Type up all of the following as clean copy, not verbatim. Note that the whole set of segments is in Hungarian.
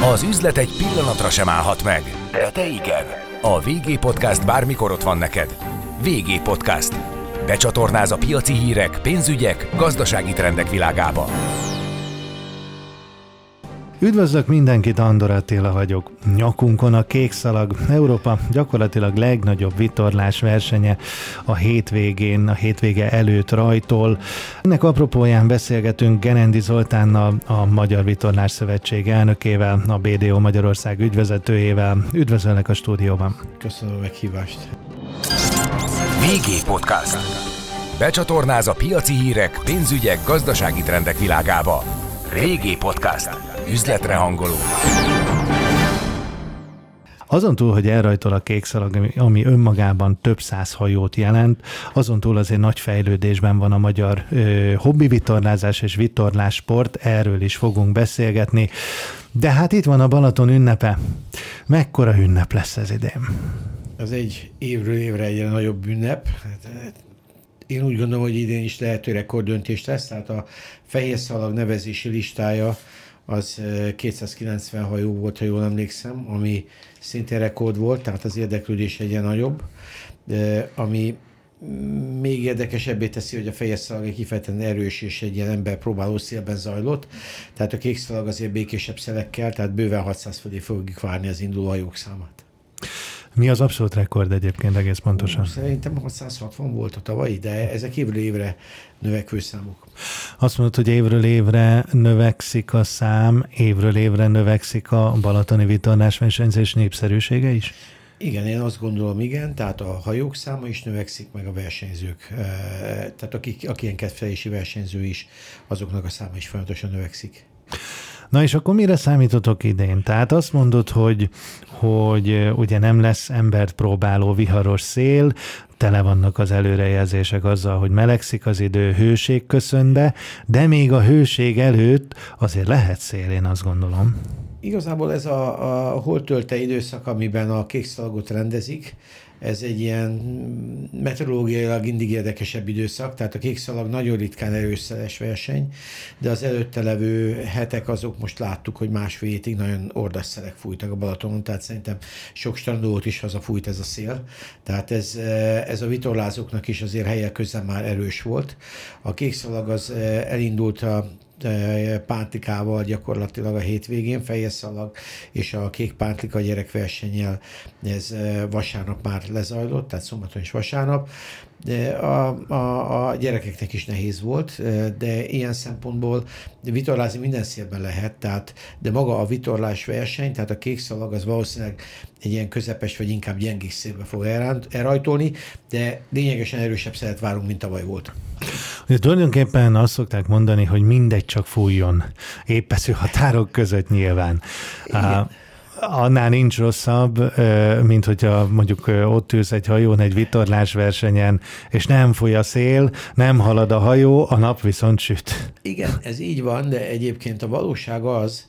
Az üzlet egy pillanatra sem állhat meg, de te igen. A VG Podcast bármikor ott van neked. VG Podcast. Becsatornáz a piaci hírek, pénzügyek, gazdasági trendek világába. Üdvözlök mindenkit, Andor Attila vagyok. Nyakunkon a kék szalag, Európa gyakorlatilag legnagyobb vitorlás versenye a hétvége előtt rajtol. Ennek apropóján beszélgetünk Gerendi Zoltánnal, a Magyar Vitorlás Szövetség elnökével, a BDO Magyarország ügyvezetőjével. Üdvözöllek a stúdióban. Köszönöm a meghívást. VG Podcast. Becsatornáz a piaci hírek, pénzügyek, gazdasági trendek világába. VG Podcast. Üzletre hangoló. Azon túl, hogy elrajtol a kék szalag, ami önmagában több száz hajót jelent, azon túl azért nagy fejlődésben van a magyar hobbi vitorlázás és vitorlásport, erről is fogunk beszélgetni. De hát itt van a Balaton ünnepe. Mekkora ünnep lesz ez idén? Ez egy évről évre egyre nagyobb ünnep. Én úgy gondolom, hogy idén is lehető rekorddöntés lesz, tehát a fehér szalag nevezési listája az 290 hajó volt, ha jól emlékszem, ami szintén rekord volt, tehát az érdeklődés egyre nagyobb. Ami még érdekesebbé teszi, hogy a fehér szalag egy kifejezetten erős és egy ilyen ember próbáló szélben zajlott. Tehát a kék szalag azért békésebb szelekkel, tehát bőven 600 fölé fogjuk várni az induló hajók számát. Mi az abszolút rekord egyébként egész pontosan? Szerintem 660 volt a tavalyi, de ezek évről évre növekvő számok. Azt mondod, hogy évről évre növekszik a szám, évről évre növekszik a balatoni vitorlás versenyzés népszerűsége is? Igen, én azt gondolom, igen, tehát a hajók száma is növekszik, meg a versenyzők. Tehát aki ilyen kedvelési versenyző is, azoknak a száma is folyamatosan növekszik. Na és akkor mire számítotok idén? Tehát azt mondod, hogy ugye nem lesz embert próbáló viharos szél, tele vannak az előrejelzések azzal, hogy melegszik az idő, hőség köszön be, de még a hőség előtt azért lehet szél, én azt gondolom. Igazából ez a holtölte időszak, amiben a kék szalagot rendezik, ez egy ilyen meteorológiailag mindig érdekesebb időszak, tehát a kék szalag nagyon ritkán erős szeles verseny, de az előtte levő hetek azok most láttuk, hogy másfél hétig nagyon ordas szelek fújtak a Balatonon, tehát szerintem sok strandolót is hazafújt ez a szél. Tehát ez a vitorlázóknak is azért helyek közben már erős volt. A kék szalag az elindult a pántlikával gyakorlatilag a hétvégén, fehér szalag és a kék pántlika gyerekversennyel ez vasárnap már lezajlott, tehát szombaton és vasárnap. De a gyerekeknek is nehéz volt, de ilyen szempontból vitorlázni minden szélben lehet, de maga a vitorlás verseny, tehát a kék szalag az valószínűleg egy ilyen közepes vagy inkább gyengés szélbe fog elrajtolni, de lényegesen erősebb szelet várunk, mint tavaly volt. Ugye tulajdonképpen azt szokták mondani, hogy mindegy, csak fújjon. Épeszű határok között nyilván. Annál nincs rosszabb, mint hogyha mondjuk ott ülsz egy hajón, egy vitorlás versenyen, és nem fúj a szél, nem halad a hajó, a nap viszont süt. Igen, ez így van, de egyébként a valóság az,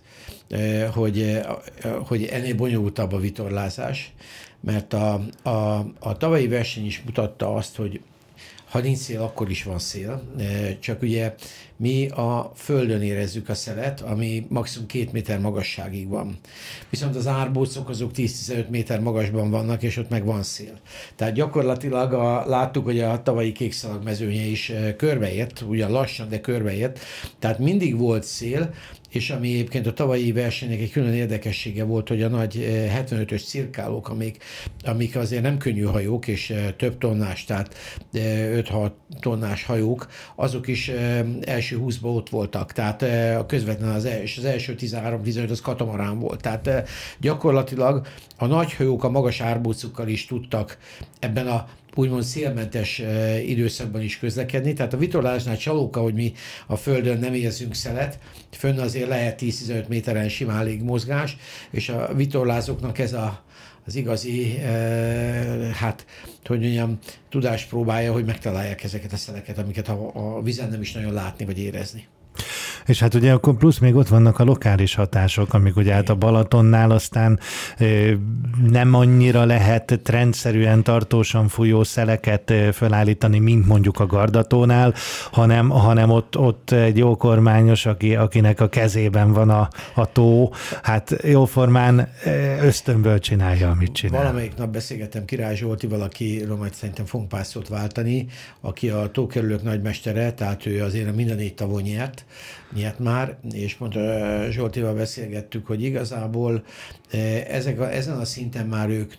hogy ennél bonyolultabb a vitorlázás, mert a tavalyi verseny is mutatta azt, hogy ha nincs szél, akkor is van szél, csak ugye mi a földön érezzük a szelet, ami maximum 2 méter magasságig van. Viszont az árbócok azok 10-15 méter magasban vannak, és ott meg van szél. Tehát gyakorlatilag láttuk, hogy a tavalyi kékszalag mezőnye is körbeért, ugyan lassan, de körbeért. Tehát mindig volt szél, és ami egyébként a tavalyi versenynek egy külön érdekessége volt, hogy a nagy 75-ös cirkálók, amik azért nem könnyű hajók, és több tonnás, tehát 5-6 tonnás hajók, azok is első 20-ban ott voltak, tehát közvetlenül az első 13-15 az katamarán volt. Tehát gyakorlatilag a nagy hajók a magas árbócukkal is tudtak ebben a úgymond szélmentes időszakban is közlekedni. Tehát a vitorlásnál csalóka, hogy mi a földön nem érzünk szelet, fönn azért lehet 10-15 méteren simán légmozgás, és a vitorlázóknak ez az igazi, hogy mondjam, tudás próbálja, hogy megtalálják ezeket a szeleket, amiket a vízen nem is nagyon látni vagy érezni. És hát ugye akkor plusz még ott vannak a lokális hatások, amik ugye hát a Balatonnál aztán nem annyira lehet rendszerűen tartósan fújó szeleket felállítani, mint mondjuk a Gardatónál, hanem ott egy jó kormányos, akinek a kezében van a tó, hát jóformán ösztönből csinálja, amit csinál. Valamelyik nap beszélgettem Király Zsoltival, akiről majd szerintem fogunk pár szót váltani, aki a tókerülők nagymestere, tehát ő azért mind a 4 tavon nyert már, és pont Zsoltival beszélgettük, hogy igazából ezen a szinten már ők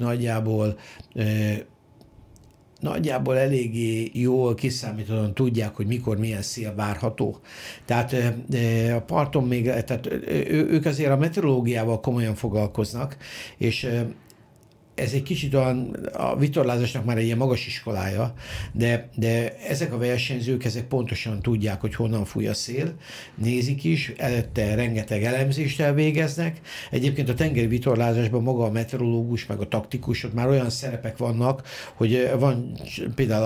nagyjából eléggé jól kiszámíthatóan tudják, hogy mikor milyen szél várható. Tehát a parton még, tehát ők azért a meteorológiával komolyan foglalkoznak, és ez egy kicsit a vitorlázásnak már egy ilyen magas iskolája, de ezek a versenyzők, ezek pontosan tudják, hogy honnan fúj a szél, nézik is, előtte rengeteg elemzést elvégeznek. Egyébként a tengeri vitorlázásban maga a meteorológus, meg a taktikus, ott már olyan szerepek vannak, hogy van például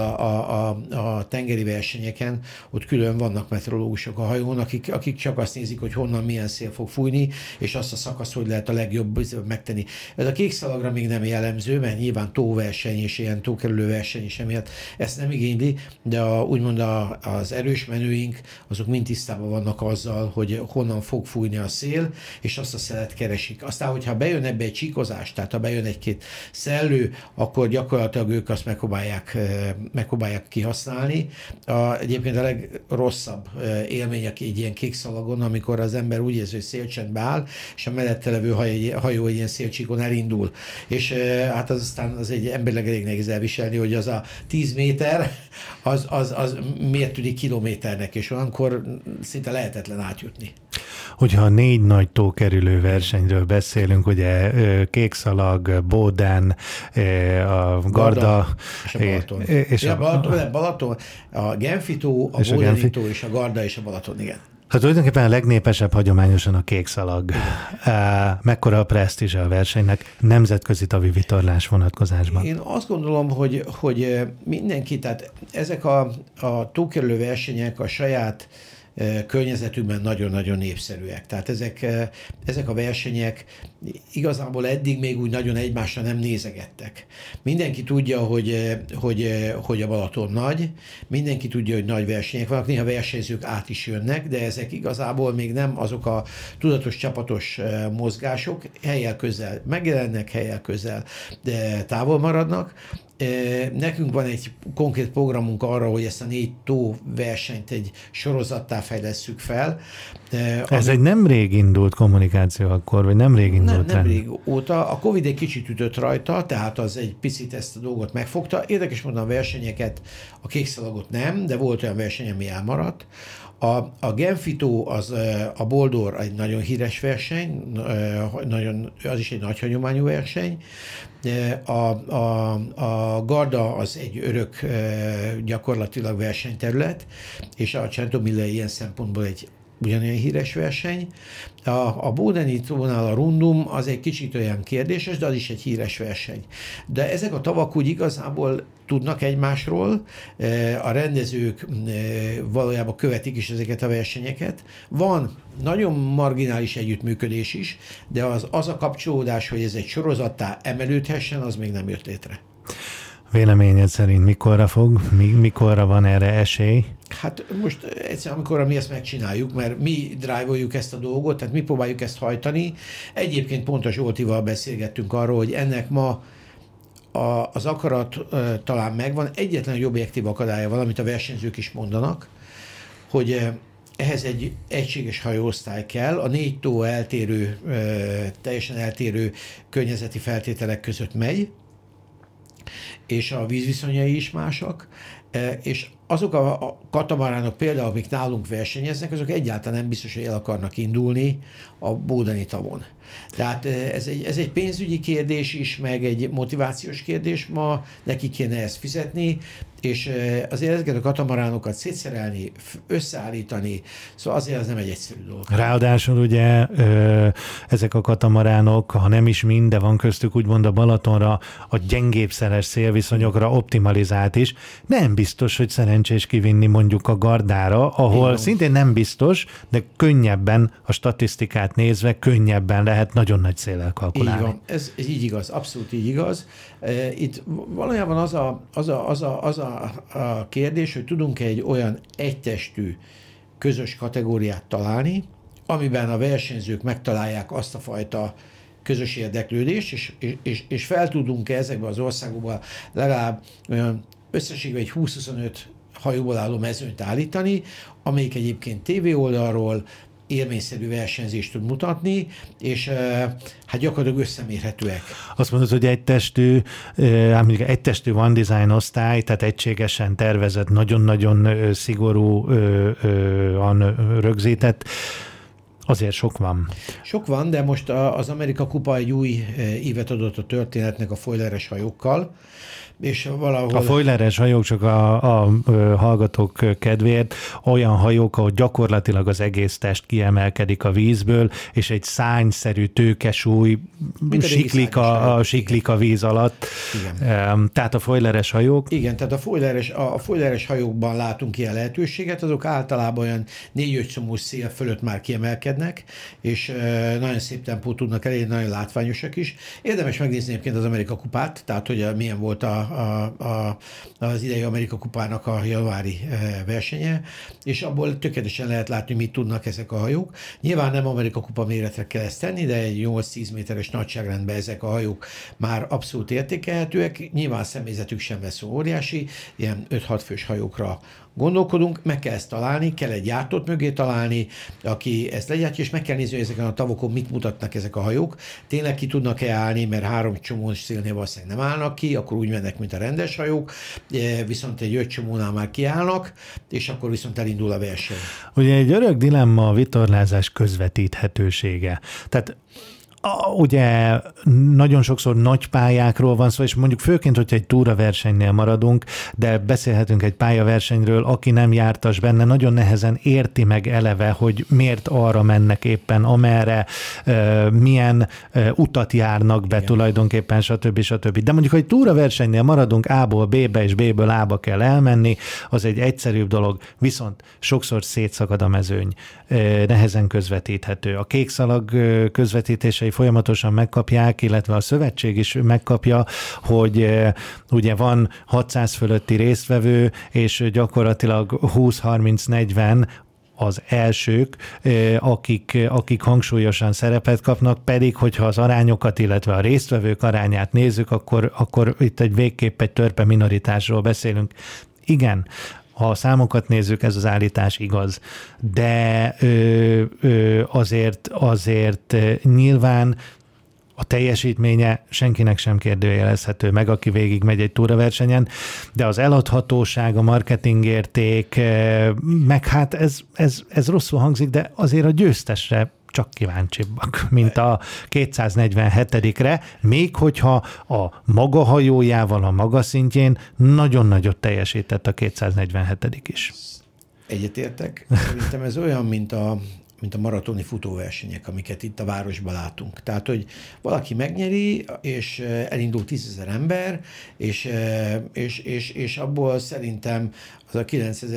a tengeri versenyeken, ott külön vannak meteorológusok a hajón, akik csak azt nézik, hogy honnan milyen szél fog fújni, és azt a szakaszt, hogy lehet a legjobb megtenni. Ez a kékszalagra még nem jellemző, mert nyilván tóverseny és ilyen tókerülő verseny is emiatt ezt nem igényli, de úgymond az erős menőink, azok mind tisztában vannak azzal, hogy honnan fog fújni a szél, és azt a szelet keresik. Aztán, hogyha bejön ebbe egy csíkozás, tehát ha bejön egy-két szellő, akkor gyakorlatilag ők azt megpróbálják kihasználni. Egyébként a legrosszabb élmény egy ilyen kékszalagon, amikor az ember úgy érzi, hogy szélcsendbe áll, és a mellette levő hajó egy ilyen szélcsíkon elindul. És hát aztán az egy emberleg elég nehéz elviselni, hogy az a 10 méter, az miért tűnik kilométernek, és olyankor szinte lehetetlen átjutni. Hogyha 4 nagy tókerülő versenyről beszélünk, ugye Kékszalag, Bóden, a Garda és a Balaton. És a Balaton, a Genfi tó, a Bódeni tó és a Garda és a Balaton, igen. Hát tulajdonképpen a legnépesebb hagyományosan a kékszalag. Mekkora a presztízse a versenynek nemzetközi tavi vitorlás vonatkozásban? Én azt gondolom, hogy mindenki, tehát ezek a tókerülő versenyek a saját környezetükben nagyon-nagyon népszerűek. Tehát ezek a versenyek igazából eddig még úgy nagyon egymásra nem nézegettek. Mindenki tudja, hogy a Balaton nagy, mindenki tudja, hogy nagy versenyek vannak, néha versenyzők át is jönnek, de ezek igazából még nem azok a tudatos, csapatos mozgások, helyel közel megjelennek, helyel közel de távol maradnak. Nekünk van egy konkrét programunk arra, hogy ezt a 4 tó versenyt egy sorozattá fejlesszük fel. Ez egy nemrég indult kommunikáció akkor, vagy nemrég indult? Nem régóta. A Covid egy kicsit ütött rajta, tehát az egy picit ezt a dolgot megfogta. Érdekes módon a versenyeket, a kékszalagot nem, de volt olyan verseny, ami elmaradt. A Genfi tó, a Boldor egy nagyon híres verseny, az is egy nagy hagyományú verseny. A Garda az egy örök gyakorlatilag versenyterület, és a Centomille ilyen szempontból egy ugyanilyen híres verseny. A Bódeni tónál a Rundum az egy kicsit olyan kérdéses, de az is egy híres verseny. De ezek a tavak úgy igazából tudnak egymásról, a rendezők valójában követik is ezeket a versenyeket. Van nagyon marginális együttműködés is, de az a kapcsolódás, hogy ez egy sorozattá emelődhessen, az még nem jött létre. Véleményed szerint mikorra van erre esély? Hát most egyszerűen, amikor mi ezt megcsináljuk, mert mi drive-oljuk ezt a dolgot, tehát mi próbáljuk ezt hajtani. Egyébként pont a Zsoltival beszélgettünk arról, hogy ennek ma az akarat talán megvan. Egyetlen egy objektív akadálya van, amit a versenyzők is mondanak, hogy ehhez egy egységes hajóosztály kell, a 4 tó teljesen eltérő környezeti feltételek között megy, és a vízviszonyai is másak, és azok a katamaránok például, amik nálunk versenyeznek, azok egyáltalán nem biztos, hogy el akarnak indulni a Bódeni tavon. Tehát ez egy pénzügyi kérdés is, meg egy motivációs kérdés, ma neki kéne ezt fizetni, és azért ezeket a katamaránokat szétszerelni, összeállítani, szóval azért ez nem egy egyszerű dolog. Ráadásul ugye ezek a katamaránok, ha nem is mind, de van köztük úgymond a Balatonra, a gyengébb szeles szélviszonyokra optimalizált is. Nem biztos, hogy szerencsés kivinni mondjuk a Gardára, ahol szintén nem biztos, de könnyebben a statisztikát nézve, könnyebben lehet nagyon nagy széllel kalkulálni. Így van, ez így igaz, abszolút így igaz. Itt valójában az a kérdés, hogy tudunk-e egy olyan egytestű közös kategóriát találni, amiben a versenyzők megtalálják azt a fajta közös érdeklődést, és fel tudunk-e ezekben az országokban legalább olyan összességben egy 20-25 hajóból álló mezőnyt állítani, amelyik egyébként TV oldalról élményszerű versenyzést tud mutatni, és hát gyakorlatilag összemérhetőek. Azt mondod, hogy egytestű One Design osztály, tehát egységesen tervezett, nagyon-nagyon szigorúan rögzített. Azért sok van. Sok van, de most az Amerika Kupa egy új évet adott a történetnek a foileres hajókkal, és valahol... A foileres hajók, csak a hallgatók kedvéért, olyan hajók, ahol gyakorlatilag az egész test kiemelkedik a vízből, és egy szányszerű tőkesúly siklik a víz alatt. Igen. Tehát a foileres hajók. Igen, tehát a foileres hajókban látunk ilyen lehetőséget, azok általában olyan 4-5 szomós szél fölött már kiemelkednek, és nagyon szép tempót tudnak elérni, nagyon látványosak is. Érdemes megnézni egyébként az Amerika Kupát, tehát hogy milyen volt az idei Amerika Kupának a januári versenye, és abból tökéletesen lehet látni, mit tudnak ezek a hajók. Nyilván nem Amerika Kupa méretre kell ezt tenni, de egy 8-10 méteres nagyságrendben ezek a hajók már abszolút értékelhetőek. Nyilván személyzetük sem lesz óriási, ilyen 5-6 fős hajókra gondolkodunk, meg kell ezt találni, kell egy gyártót mögé találni, aki ezt legyártja, és meg kell nézni, hogy ezeken a tavokon mit mutatnak ezek a hajók. Tényleg ki tudnak-e állni, mert 3 csomós szélnél valószínűleg nem állnak ki, akkor úgy mennek, mint a rendes hajók, viszont egy 5 csomónál már kiállnak, és akkor viszont elindul a verseny. Ugye egy örök dilemma a vitorlázás közvetíthetősége. Tehát ugye nagyon sokszor nagy pályákról van szó, és mondjuk főként, hogyha egy túraversenynél maradunk, de beszélhetünk egy pályaversenyről, aki nem jártas benne, nagyon nehezen érti meg eleve, hogy miért arra mennek éppen, amerre, milyen utat járnak be tulajdonképpen, stb. De mondjuk, hogy túraversenynél maradunk, A-ból B-be és B-ből A-ba kell elmenni, az egy egyszerűbb dolog, viszont sokszor szétszakad a mezőny, nehezen közvetíthető. A kékszalag közvetítései folyamatosan megkapják, illetve a szövetség is megkapja, hogy ugye van 600 fölötti résztvevő, és gyakorlatilag 20-30-40 az elsők, akik hangsúlyosan szerepet kapnak, pedig, hogyha az arányokat, illetve a résztvevők arányát nézzük, akkor itt végképp egy törpe minoritásról beszélünk. Igen, ha a számokat nézzük, ez az állítás igaz, de azért nyilván a teljesítménye senkinek sem kérdőjelezhető meg, aki végig megy egy túraversenyen, de az eladhatóság, a marketingérték, meg hát ez rosszul hangzik, de azért a győztesre csak kíváncsibbak, mint a 247-re, még hogyha a maga hajójával, a maga szintjén nagyon nagyot teljesített a 247 is. Egyetértek. Szerintem ez olyan, mint a maratoni futóversenyek, amiket itt a városban látunk. Tehát, hogy valaki megnyeri, és elindul 10 000 ember, és abból szerintem az a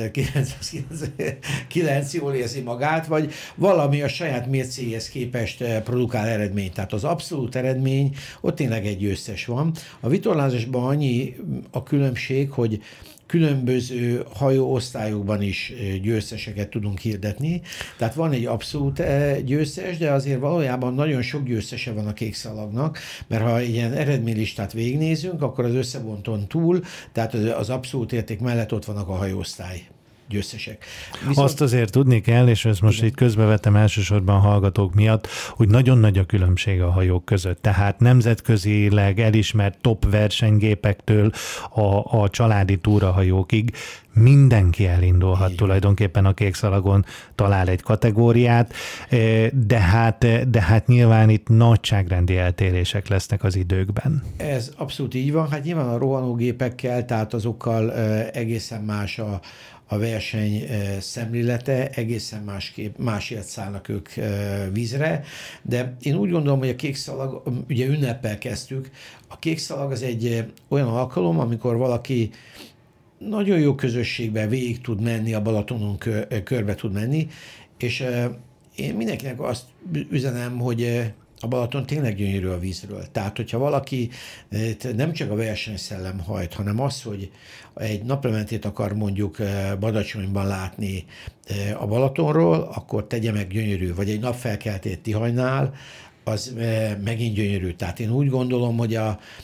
9909 jól érzi magát, vagy valami a saját mércéhez képest produkál eredményt. Tehát az abszolút eredmény, ott tényleg egy győztes van. A vitorlázásban annyi a különbség, hogy különböző hajóosztályokban is győzteseket tudunk hirdetni. Tehát van egy abszolút győztes, de azért valójában nagyon sok győztese van a kékszalagnak, mert ha ilyen eredménylistát végignézünk, akkor az összebonton túl, tehát az abszolút érték mellett ott vannak a hajóosztály győztesek. Azt azért tudni kell, és ezt most itt közbevettem elsősorban hallgatók miatt, hogy nagyon nagy a különbség a hajók között. Tehát nemzetközileg elismert top versenygépektől a családi túrahajókig mindenki elindulhat tulajdonképpen a kékszalagon, talál egy kategóriát, de hát nyilván itt nagyságrendi eltérések lesznek az időkben. Ez abszolút így van. Hát nyilván a rohanógépekkel, tehát azokkal egészen más a verseny szemlélete, egészen másért szállnak ők vízre, de én úgy gondolom, hogy a kékszalag, ugye ünneppel kezdtük, a kékszalag az egy olyan alkalom, amikor valaki nagyon jó közösségben végig tud menni, a Balatonon körbe tud menni, és én mindenkinek azt üzenem, hogy a Balaton tényleg gyönyörű a vízről. Tehát, hogyha valaki nem csak a versenyszellem hajt, hanem az, hogy egy naplementét akar mondjuk Badacsonyban látni a Balatonról, akkor tegye meg gyönyörű. Vagy egy napfelkeltét Tihanynál, az megint gyönyörű. Tehát én úgy gondolom, hogy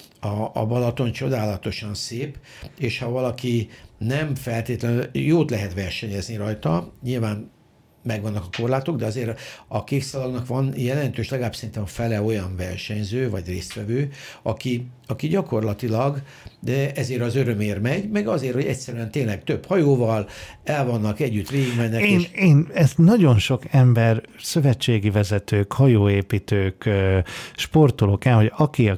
a Balaton csodálatosan szép, és ha valaki nem feltétlenül, jót lehet versenyezni rajta, nyilván megvannak a korlátok, de azért a kékszalagnak van jelentős, legalább szerintem fele olyan versenyző, vagy résztvevő, aki gyakorlatilag, de ezért az örömért megy, meg azért, hogy egyszerűen tényleg több hajóval el vannak, együtt végigmennek. Én ezt nagyon sok ember, szövetségi vezetők, hajóépítők, sportolók hogy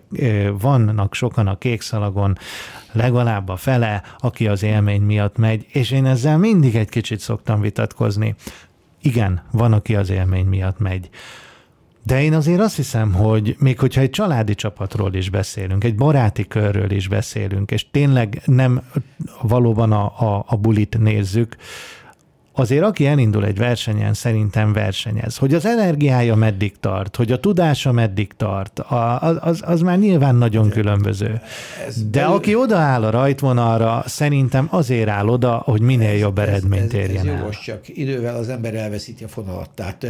vannak sokan a kékszalagon, legalább a fele, aki az élmény miatt megy, és én ezzel mindig egy kicsit szoktam vitatkozni. Igen, van, aki az élmény miatt megy. De én azért azt hiszem, hogy még hogyha egy családi csapatról is beszélünk, egy baráti körről is beszélünk, és tényleg nem valóban a bulit nézzük, azért aki elindul egy versenyen, szerintem versenyez. Hogy az energiája meddig tart, hogy a tudása meddig tart, az már nyilván nagyon különböző. De aki odaáll a rajtvonalra, szerintem azért áll oda, hogy minél jobb eredményt érjen el. Ez jogos, csak idővel az ember elveszíti a fonalat. Tehát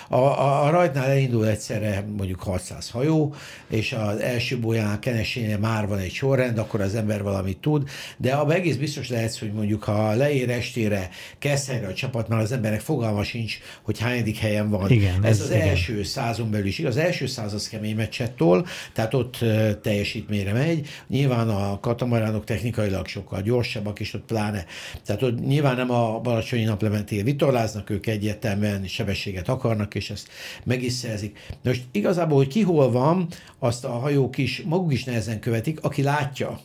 a rajtnál elindul egyszerre mondjuk 600 hajó, és az első bóján kenesénél már van egy sorrend, akkor az ember valamit tud, de abban egész biztos lehetsz, hogy mondjuk ha leér estére, kezd helyre a csapat, már az emberek fogalma sincs, hogy hányadik helyen van. Igen, ez az első százon belül is igaz. Az első száz az kemény meccset tol, tehát ott teljesítményre megy. Nyilván a katamaránok technikailag sokkal gyorsabbak, és ott pláne. Tehát ott nyilván nem a balacsonyi naplementél vitorláznak, ők egyértelműen sebességet akarnak, és ezt meg is szerzik. De most igazából, hogy ki hol van, azt a hajók is, maguk is nehezen követik, aki látja,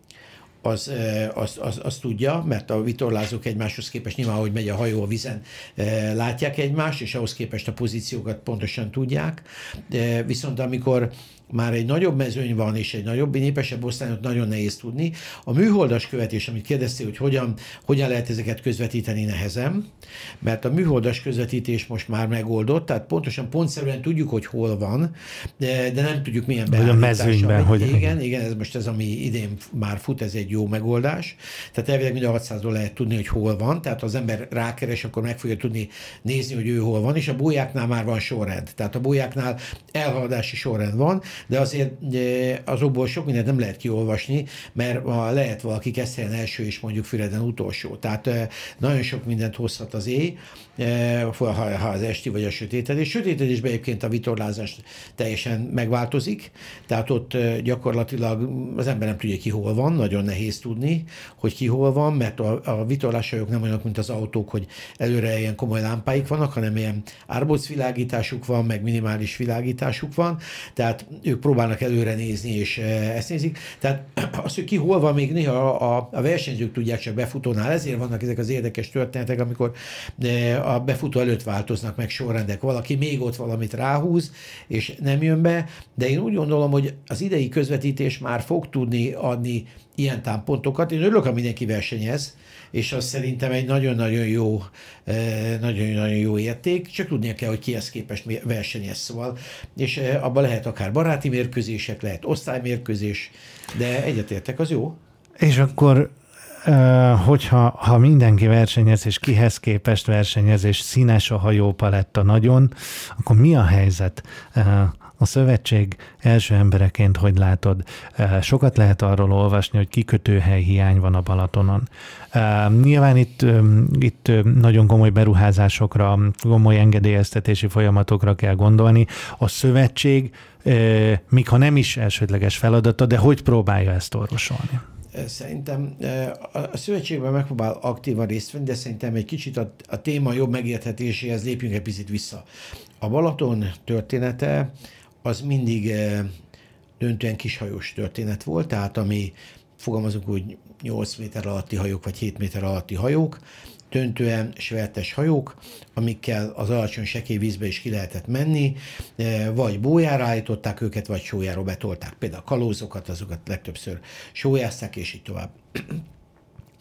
az tudja, mert a vitorlázók egymáshoz képest nyilván, hogy megy a hajó a vízen, látják egymást, és ahhoz képest a pozíciókat pontosan tudják. Viszont amikor már egy nagyobb mezőny van, és egy nagyobb, népesebb osztályot nagyon nehéz tudni. A műholdas követés, amit kérdeztél, hogy hogyan lehet ezeket közvetíteni, nehezen, mert a műholdas közvetítés most már megoldott, tehát pontszerűen tudjuk, hogy hol van, de nem tudjuk milyen beállítással. Igen, ez ami idén már fut, ez egy jó megoldás. Tehát elvileg mind a 600-ról lehet tudni, hogy hol van, tehát az ember rákeres, akkor meg fogja tudni nézni, hogy ő hol van, és a bójáknál már van sorrend. Tehát a bójáknál elhaladási sorrend van, de azért azokból sok mindent nem lehet kiolvasni, mert lehet valaki Keszthelyen első és mondjuk Füreden utolsó. Tehát nagyon sok mindent hozhat az éj, ha az esti vagy a sötétedés. Sötétedésben egyébként a vitorlázás teljesen megváltozik, tehát ott gyakorlatilag az ember nem tudja, ki hol van, nagyon nehéz tudni, hogy ki hol van, mert a vitorláshajók nem olyanok, mint az autók, hogy előre ilyen komoly lámpáik vannak, hanem ilyen árbocvilágításuk van, meg minimális világításuk van, tehát ők próbálnak előre nézni, és ezt nézik. Tehát az, hogy ki hol van, még néha a versenyzők tudják csak befutónál, ezért vannak ezek az érdekes történetek, amikor a befutó előtt változnak meg sorrendek. Valaki még ott valamit ráhúz, és nem jön be, de én úgy gondolom, hogy az idei közvetítés már fog tudni adni ilyen támpontokat. Én örülök, ha mindenki versenyez, és az szerintem egy nagyon-nagyon jó érték, csak tudnia kell, hogy kihez képest versenyez, szóval, és abban lehet akár baráti mérkőzések, lehet osztálymérkőzés, de egyetértek, az jó. És akkor hogyha mindenki versenyez, és kihez képest versenyez, és színes a hajópaletta nagyon, akkor mi a helyzet? A szövetség első embereként, hogy látod, sokat lehet arról olvasni, hogy kikötőhely hiány van a Balatonon. Nyilván itt nagyon komoly beruházásokra, komoly engedélyeztetési folyamatokra kell gondolni. A szövetség, míg ha nem is elsődleges feladata, de hogy próbálja ezt orvosolni? Szerintem a szövetségben megpróbál aktívan részt venni, de szerintem egy kicsit a téma jobb megérthetéséhez lépjünk egy picit vissza. A Balaton története az mindig döntően kishajós történet volt, tehát ami fogalmazunk úgy 8 méter alatti hajók, vagy 7 méter alatti hajók, döntően svertes hajók, amikkel az alacsony sekély vízbe is ki lehetett menni, vagy bójára állították őket, vagy sólyáról betolták. Például a kalózokat, azokat legtöbbször sólyázták, és így tovább.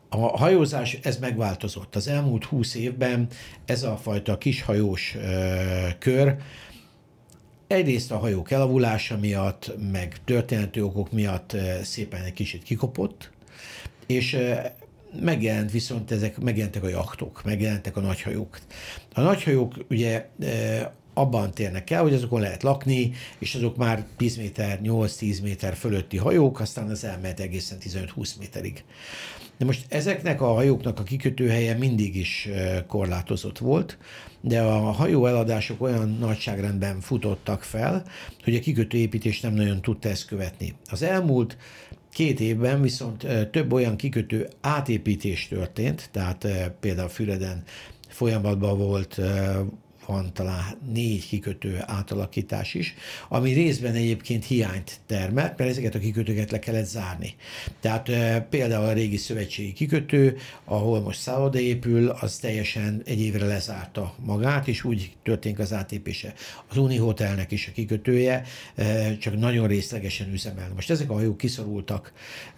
A hajózás, ez megváltozott. Az elmúlt 20 évben ez a fajta kishajós kör egyrészt a hajók elavulása miatt, meg történeti okok miatt szépen egy kicsit kikopott, és megjelentek a jachtok, megjelentek a nagyhajók. A nagyhajók ugye abban térnek el, hogy azokon lehet lakni, és azok már 10 méter, 8-10 méter fölötti hajók, aztán az elmehet egészen 15-20 méterig. De most ezeknek a hajóknak a kikötőhelye mindig is korlátozott volt, de a hajóeladások olyan nagyságrendben futottak fel, hogy a kikötőépítés nem nagyon tudta ezt követni. Az elmúlt 2 évben viszont több olyan kikötő átépítés történt, tehát például Füreden folyamatban volt, van talán 4 kikötő átalakítás is, ami részben egyébként hiányt termelt, mert ezeket a kikötőket le kellett zárni. Tehát például a régi szövetségi kikötő, ahol most szálloda épül, az teljesen egy évre lezárta magát, és úgy történik az átépése. Az Uni Hotelnek is a kikötője, csak nagyon részlegesen üzemel. Most ezek a hajók kiszorultak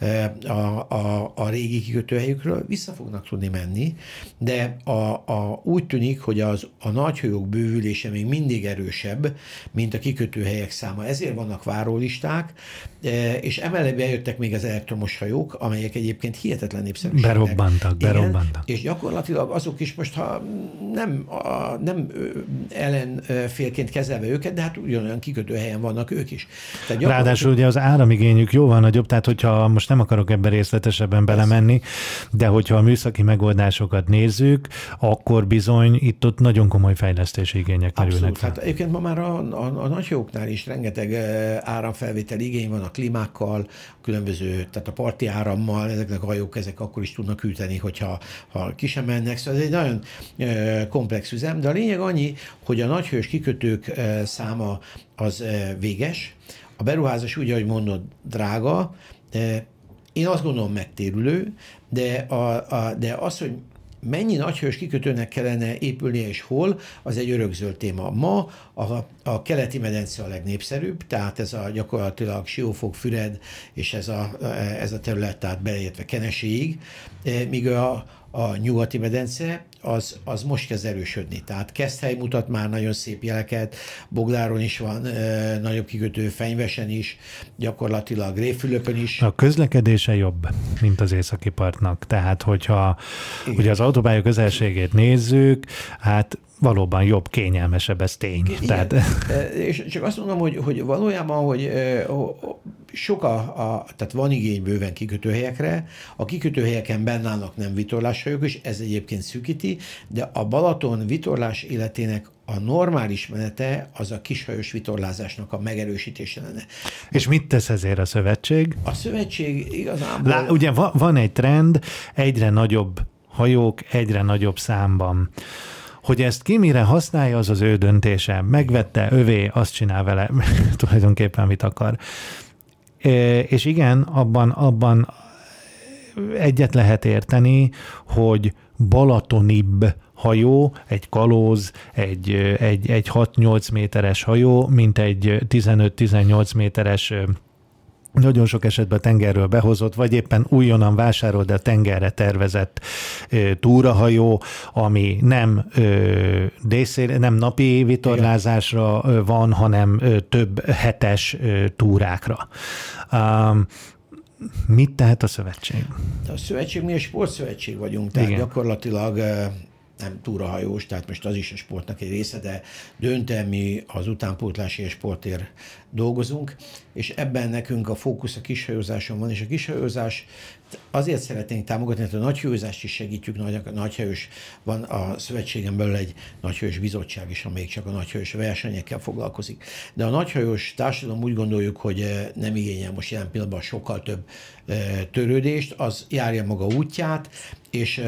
a régi kikötőhelyükről, vissza fognak tudni menni, de úgy tűnik, hogy a nagy hajók bővülése még mindig erősebb, mint a kikötőhelyek száma. Ezért vannak várólisták, és emellett bejöttek még az elektromos hajók, amelyek egyébként hihetetlen népszerűségek. Berobbantak. És gyakorlatilag azok is most, ha nem ellenfélként kezelve őket, de hát ugyanolyan kikötőhelyen vannak ők is. Ráadásul ugye az áramigényük jóval nagyobb, tehát hogyha most nem akarok ebben részletesebben belemenni, de hogyha a műszaki megoldásokat nézzük, akkor bizony itt-ott nagyon komoly fejlesztési igények merülnek fel. Hát egyébként ma már a nagyhajóknál is rengeteg áramfelvétel igény van a klímákkal, különböző, tehát a parti árammal, ezeknek a hajók ezek akkor is tudnak üteni, hogyha ki sem mennek. Szóval ez egy nagyon komplex üzem, de a lényeg annyi, hogy a nagyhős kikötők száma az véges. A beruházás úgy, ahogy mondod, drága, én azt gondolom megtérülő, de az, hogy mennyi nagyhős kikötőnek kellene épülnie és hol, az egy örökzöld téma. Ma a keleti medence a legnépszerűbb, tehát ez a gyakorlatilag Siófok-Füred, és ez a terület, tehát beleértve Keneséig, míg a nyugati medence, az most kezd erősödni. Tehát Keszthely mutat már nagyon szép jeleket, Bogdáron is van nagyobb kikötő, Fenyvesen is, gyakorlatilag Révfülöpön is. A közlekedése jobb, mint az északi partnak. Tehát, hogyha ugye az autópálya közelségét nézzük, hát valóban jobb, kényelmesebb, ez tény. Tehát... És csak azt mondom, hogy valójában, hogy sok tehát van igény bőven kikötőhelyekre, a kikötőhelyeken benne állnak nem vitorláshajók is, ez egyébként szűkíti, de a Balaton vitorlás életének a normális menete az a kishajós vitorlázásnak a megerősítése lenne. És mit tesz ezért a szövetség? A szövetség igazából... Ugye van egy trend, egyre nagyobb hajók, egyre nagyobb számban. Hogy ezt ki mire használja, az az ő döntése. Megvette, övé, azt csinál vele tulajdonképpen, mit akar. És igen, abban egyet lehet érteni, hogy balatonibb hajó, egy kalóz, egy 6-8 méteres hajó, mint egy 15-18 méteres nagyon sok esetben tengerről behozott, vagy éppen újonnan vásárolt, de tengerre tervezett túrahajó, ami nem nem napi vitorlázásra van, hanem több hetes túrákra. Mit tehet a szövetség? A szövetség, mi egy sportszövetség vagyunk, tehát igen. Gyakorlatilag nem túrahajós, tehát most az is a sportnak egy része, de döntően mi az utánpótlási és sportért dolgozunk, és ebben nekünk a fókusz a kishajózáson van, és a kishajózás azért szeretnénk támogatni, mert a nagyhajózást is segítjük, nagyhajós van a szövetségen belül egy nagyhajós bizottság is, amelyik csak a nagyhajós versenyekkel foglalkozik. De a nagyhajós társadalom úgy gondoljuk, hogy nem igényel most jelen pillanatban sokkal több törődést, az járja maga útját, és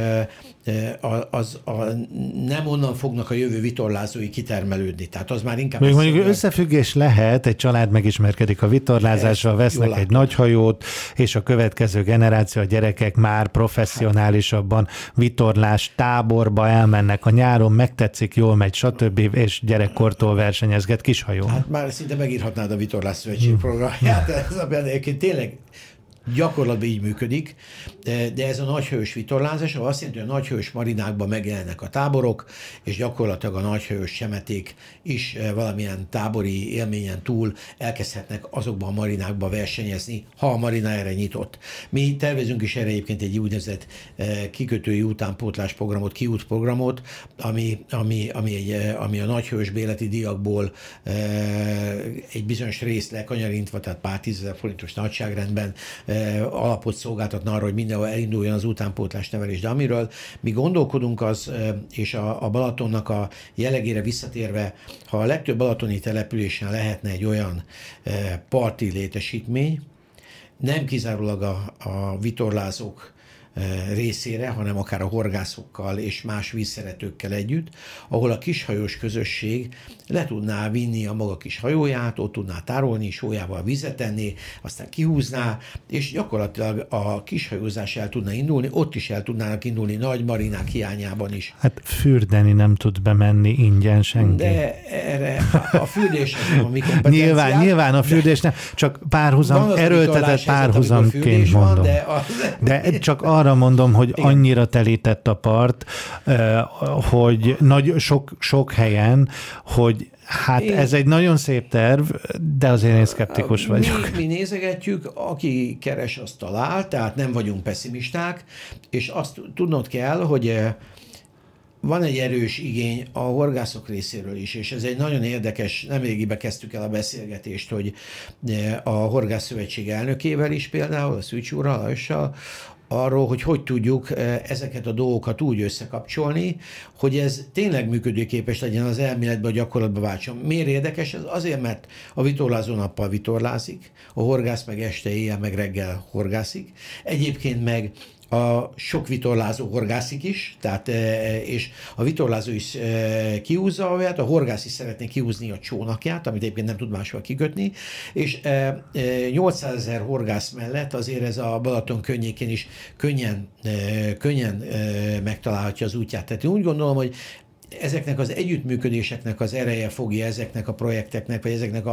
nem onnan fognak a jövő vitorlázói kitermelődni. Tehát az már inkább... Még mondjuk összefüggés lehet, egy család megismerkedik a vitorlázással, vesznek egy nagy hajót, és a következő generáció, a gyerekek már professzionálisabban vitorlás táborba elmennek a nyáron, megtetszik, jól megy, stb. És gyerekkortól versenyezget kishajó. Hát már szinte megírhatnád a Vitorlás Szövetség programját. Ez egyébként tényleg Gyakorlatban így működik, de ez a nagyhős vitorlázás, azt jelenti, hogy a nagyhős marinákban megjelennek a táborok, és gyakorlatilag a nagyhős csemeték is valamilyen tábori élményen túl elkezdhetnek azokban a marinákban versenyezni, ha a marina erre nyitott. Mi tervezünk is erre egyébként egy úgynevezett kikötői utánpótlás programot, kiútprogramot, ami a nagyhős béleti díjakból egy bizonyos részt lekanyarintva, tehát pár 10 000 forintos nagyságrendben alapot szolgáltatna arra, hogy mindenhol elinduljon az utánpótlás nevelés. De amiről mi gondolkodunk az, és a Balatonnak a jellegére visszatérve, ha a legtöbb balatoni településen lehetne egy olyan parti létesítmény, nem kizárólag a vitorlázók részére, hanem akár a horgászokkal és más vízszeretőkkel együtt, ahol a kishajós közösség le tudná vinni a maga kis hajóját, ott tudná tárolni, sójával vizet tenni, aztán kihúzná, és gyakorlatilag a kishajózás el tudna indulni, ott is el tudnának indulni nagy marinák hiányában is. Hát fürdeni nem tud bemenni ingyen senki. De erre a fürdés az a mi kompetenciák. Nyilván a fürdés nem, csak erőltetett párhuzamként mondom. De csak arra mondom, hogy igen, annyira telített a part, hogy sok helyen, hogy hát ez egy nagyon szép terv, de azért én szkeptikus vagyok. Mi nézegetjük, aki keres, azt talál, tehát nem vagyunk pessimisták, és azt tudnod kell, hogy van egy erős igény a horgászok részéről is, és ez egy nagyon érdekes, nemrégiben kezdtük el a beszélgetést, hogy a Horgászszövetség elnökével is például, a Szűcs úrral, Lajossal, arról, hogy tudjuk ezeket a dolgokat úgy összekapcsolni, hogy ez tényleg működőképes legyen az elméletben, a gyakorlatba váltson. Miért érdekes? Ez azért, mert a vitorlázó nappal vitorlázik, a horgász meg este, éjjel, meg reggel horgászik. Egyébként meg a sok vitorlázó horgászik is, tehát, és a vitorlázó is kihúzza a vért, a horgász is szeretné kihúzni a csónakját, amit egyébként nem tud máshol kikötni, és 800 000 horgász mellett azért ez a Balaton környékén is könnyen megtalálhatja az útját. Tehát én úgy gondolom, hogy ezeknek az együttműködéseknek az ereje fogja ezeknek a projekteknek, vagy ezeknek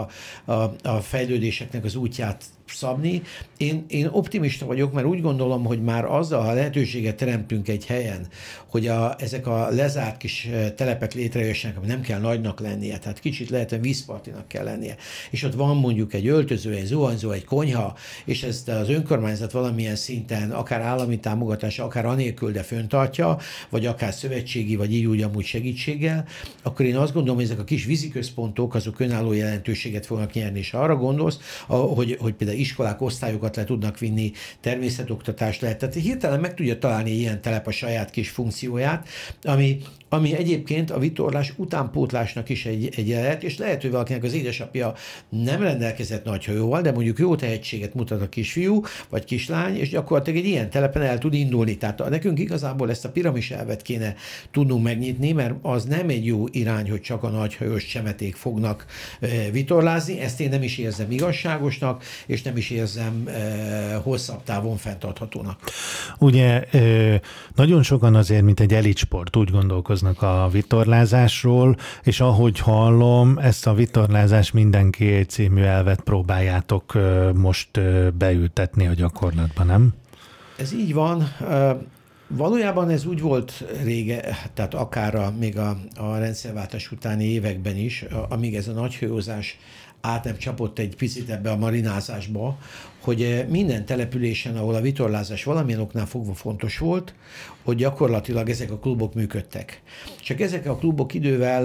a fejlődéseknek az útját szabni. Én optimista vagyok, mert úgy gondolom, hogy már azzal, ha lehetőséget teremtünk egy helyen, hogy ezek a lezárt kis telepek létrejössenek, ami nem kell nagynak lennie, tehát kicsit lehet vízpartinak kell lennie, és ott van mondjuk egy öltöző, egy zuhanyzó, egy konyha, és ezt az önkormányzat valamilyen szinten, akár állami támogatás, akár anélkül, de föntartja, vagy akár szövetségi, vagy így úgy amúgy segítséggel, akkor én azt gondolom, hogy ezek a kis víziközpontok, azok önálló jelentőséget fognak nyerni, és arra gondolsz, hogy például iskolák, osztályokat le tudnak vinni, természetoktatást lehet. Tehát hirtelen meg tudja találni ilyen telep a saját kis funkcióját, ami egyébként a vitorlás utánpótlásnak is egy lehet, és lehet, hogy valakinek az édesapja nem rendelkezett nagy hajóval, de mondjuk jó tehetséget mutat a kisfiú, vagy kislány, és gyakorlatilag egy ilyen telepen el tud indulni. Tehát nekünk igazából ezt a piramis elvet kéne tudnunk megnyitni, mert az nem egy jó irány, hogy csak a nagyhajós csemeték fognak vitorlázni, ezt én nem is érzem igazságosnak, és nem is érzem hosszabb távon fenntarthatónak. Ugye nagyon sokan azért, mint egy elitsport úgy gondolkoznak a vitorlázásról, és ahogy hallom, ezt a vitorlázás mindenki című elvet próbáljátok most beültetni a gyakorlatban, nem? Ez így van. Valójában ez úgy volt régen, tehát akár még a rendszerváltás utáni években is, amíg ez a nagyhajózás át nem csapott egy picit ebbe a marinázásba, hogy minden településen, ahol a vitorlázás valamilyen oknál fogva fontos volt, hogy gyakorlatilag ezek a klubok működtek. Csak ezek a klubok idővel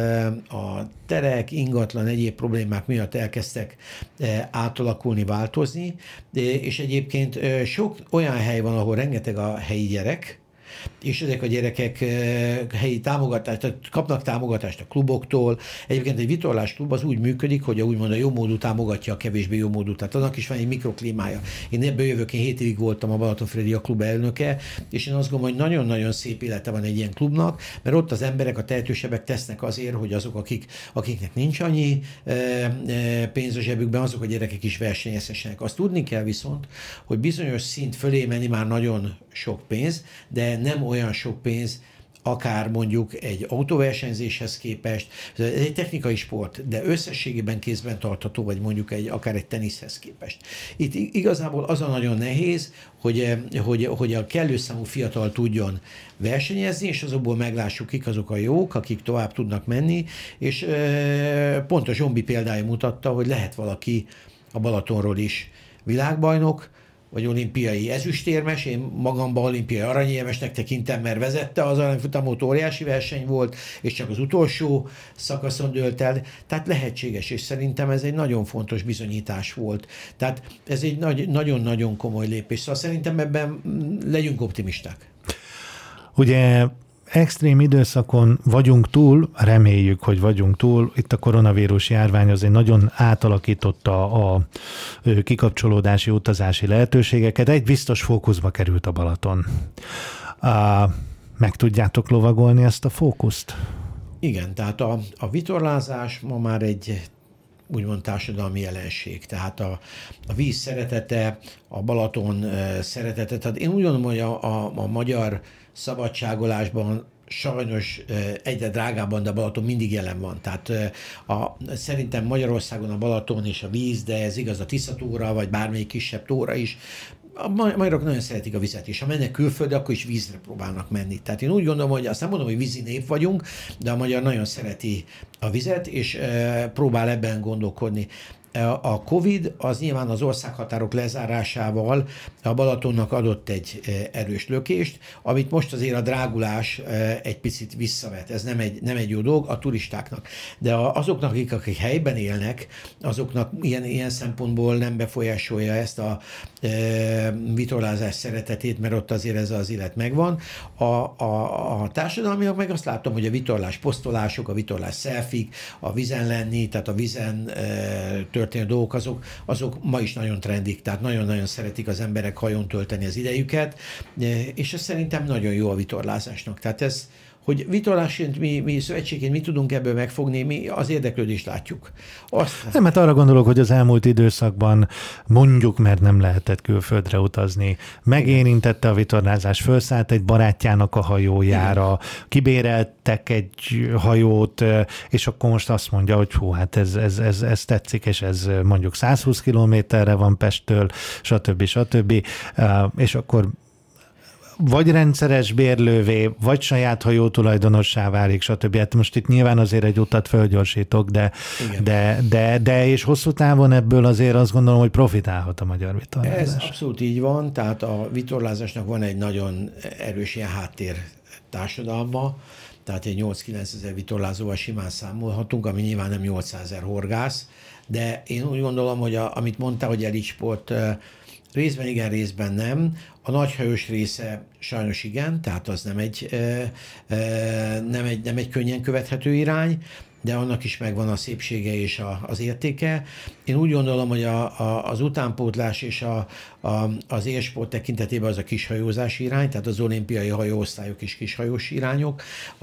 a terek, ingatlan, egyéb problémák miatt elkezdtek átalakulni, változni, és egyébként sok olyan hely van, ahol rengeteg a helyi gyerek, és ezek a gyerekek helyi támogatást, kapnak támogatást a kluboktól. Egyébként egy vitorlás klub az úgy működik, hogy úgymond a jómódú támogatja a kevésbé jómódú. Tehát annak is van egy mikroklímája. Én ebből jövök, én 7 évig voltam a Balatonfüredi klub elnöke, és én azt gondolom, hogy nagyon-nagyon szép élete van egy ilyen klubnak, mert ott az emberek, a tehetősebbek tesznek azért, hogy azok, akiknek nincs annyi pénz a zsebükben, azok a gyerekek is versenyezhessenek. Azt tudni kell viszont, hogy bizonyos szint fölé menni már nagyon sok pénz, de nem olyan sok pénz, akár mondjuk egy autóversenyzéshez képest. Ez egy technikai sport, de összességében kézben tartható, vagy mondjuk akár egy teniszhez képest. Itt igazából az a nagyon nehéz, hogy a kellő számú fiatal tudjon versenyezni, és azokból meglássuk, kik azok a jók, akik tovább tudnak menni, és pont a Zsombi példája mutatta, hogy lehet valaki a Balatonról is világbajnok, vagy olimpiai ezüstérmes, én magamban olimpiai aranyérmesnek tekintem, mert vezette az aranyfutamot, óriási verseny volt, és csak az utolsó szakaszon dőlt el, tehát lehetséges, és szerintem ez egy nagyon fontos bizonyítás volt. Tehát ez egy nagyon-nagyon komoly lépés, szóval szerintem ebben legyünk optimisták. Ugye extrém időszakon vagyunk túl, reméljük, hogy vagyunk túl. Itt a koronavírus járvány azért nagyon átalakította a kikapcsolódási, utazási lehetőségeket. Egy biztos fókuszba került a Balaton. Meg tudjátok lovagolni ezt a fókuszt? Igen, tehát a vitorlázás ma már egy úgymond társadalmi jelenség. Tehát a víz szeretete, a Balaton szeretete. Tehát én úgy gondolom, hogy a magyar szabadságolásban sajnos egyre drágábban, de a Balaton mindig jelen van. Tehát szerintem Magyarországon a Balaton és a víz, de ez igaz a Tisza-tóra, vagy bármelyik kisebb tóra is, a magyarok nagyon szeretik a vizet, és ha mennek külföldre, akkor is vízre próbálnak menni. Tehát én úgy gondolom, hogy azt nem mondom, hogy vízi nép vagyunk, de a magyar nagyon szereti a vizet, és próbál ebben gondolkodni. A Covid az nyilván az országhatárok lezárásával a Balatonnak adott egy erős lökést, amit most azért a drágulás egy picit visszavet. Ez nem egy jó dolog a turistáknak. De azoknak, akik helyben élnek, azoknak ilyen szempontból nem befolyásolja ezt a vitorlázás szeretetét, mert ott azért ez az élet megvan. A társadalmiak meg azt látom, hogy a vitorlás posztolások, a vitorlás szelfik, a vízen lenni, tehát a vízen történő dolgok, azok ma is nagyon trendik, tehát nagyon-nagyon szeretik az emberek hajón tölteni az idejüket, és ez szerintem nagyon jó a vitorlázásnak. Tehát ez, hogy vitorlásként mi szövetségként mit tudunk ebből megfogni, mi az érdeklődést látjuk. Nem, hát arra gondolok, hogy az elmúlt időszakban mondjuk, mert nem lehetett külföldre utazni, megérintette a vitorlázás, felszállt egy barátjának a hajójára, kibéreltek egy hajót, és akkor most azt mondja, hogy hú, hát ez tetszik, és ez mondjuk 120 kilométerre van Pesttől, stb. És akkor vagy rendszeres bérlővé, vagy saját hajó tulajdonossá válik, stb. Hát most itt nyilván azért egy utat fölgyorsítok, de és hosszú távon ebből azért azt gondolom, hogy profitálhat a magyar vitorlázás. Ez abszolút így van, tehát a vitorlázásnak van egy nagyon erős ilyen háttér társadalma, tehát egy 8-9 ezer vitorlázóval simán számolhatunk, ami nyilván nem 800 000 horgász, de én úgy gondolom, hogy amit mondtál, hogy elitsport, részben igen, részben nem. A nagyhajós része sajnos igen, tehát az nem egy könnyen követhető irány, de annak is megvan a szépsége és az értéke. Én úgy gondolom, hogy az utánpótlás és az élsport tekintetében az a kishajózási irány, tehát az olimpiai hajóosztályok és kishajós irányok,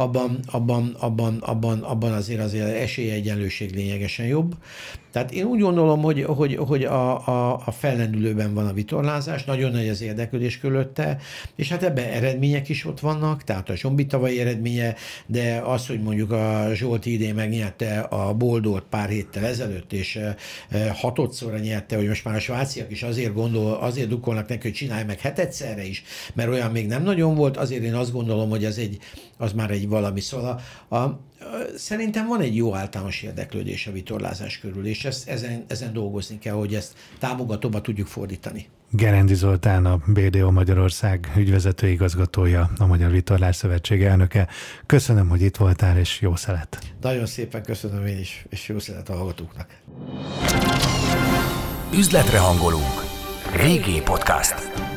abban azért esélyegyenlőség lényegesen jobb. Tehát én úgy gondolom, hogy a fellendülőben van a vitorlázás, nagyon nagy az érdeklődés körülötte, és hát ebben eredmények is ott vannak, tehát a Zsombi tavalyi eredménye, de az, hogy mondjuk a Zsolti idén megnyerte a Boldort pár héttel ezelőtt, és hatodszorra nyerte, hogy most már a svájciak is azért dukkolnak neki, hogy csinálj meg hetedszerre is, mert olyan még nem nagyon volt, azért én azt gondolom, hogy az már egy valami. Szóval szerintem van egy jó általános érdeklődés a vitorlázás körül, és ezen dolgozni kell, hogy ezt támogatóba tudjuk fordítani. Gerendi Zoltán, a BDO Magyarország ügyvezető igazgatója, a Magyar Vitorlás Szövetség elnöke. Köszönöm, hogy itt voltál, és jó szelet. Nagyon szépen köszönöm én is, és jó szelet a hallgatóknak. Üzletre hangolunk. VG Podcast.